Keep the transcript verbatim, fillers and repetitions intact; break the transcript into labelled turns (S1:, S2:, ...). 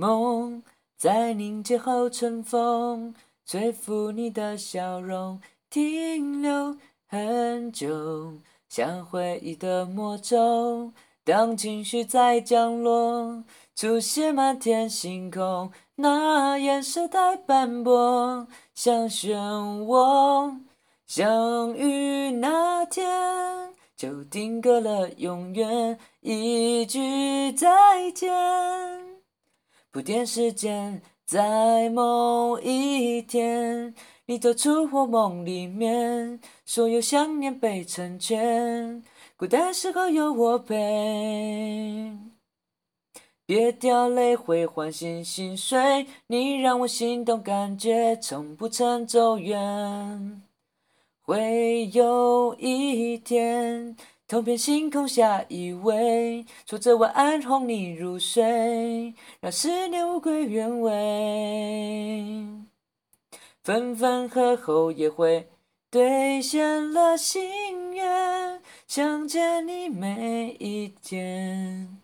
S1: 梦在凝结后尘封，吹拂你的笑容，停留很久，像回忆的魔咒。当情绪在降落，出现漫天星空，那颜色太斑驳，像漩涡。相遇那天，就定格了永远，一句再见。铺垫时间，在某一天，你走出我梦里面，所有想念被成全，孤单时候有我陪。别掉泪，会唤醒心碎，你让我心动，感觉从不曾走远。会有一天，头片星空下依偎，说着晚安哄你入睡，让思念物归原位。分分合后也会兑现了心愿，想见你每一天。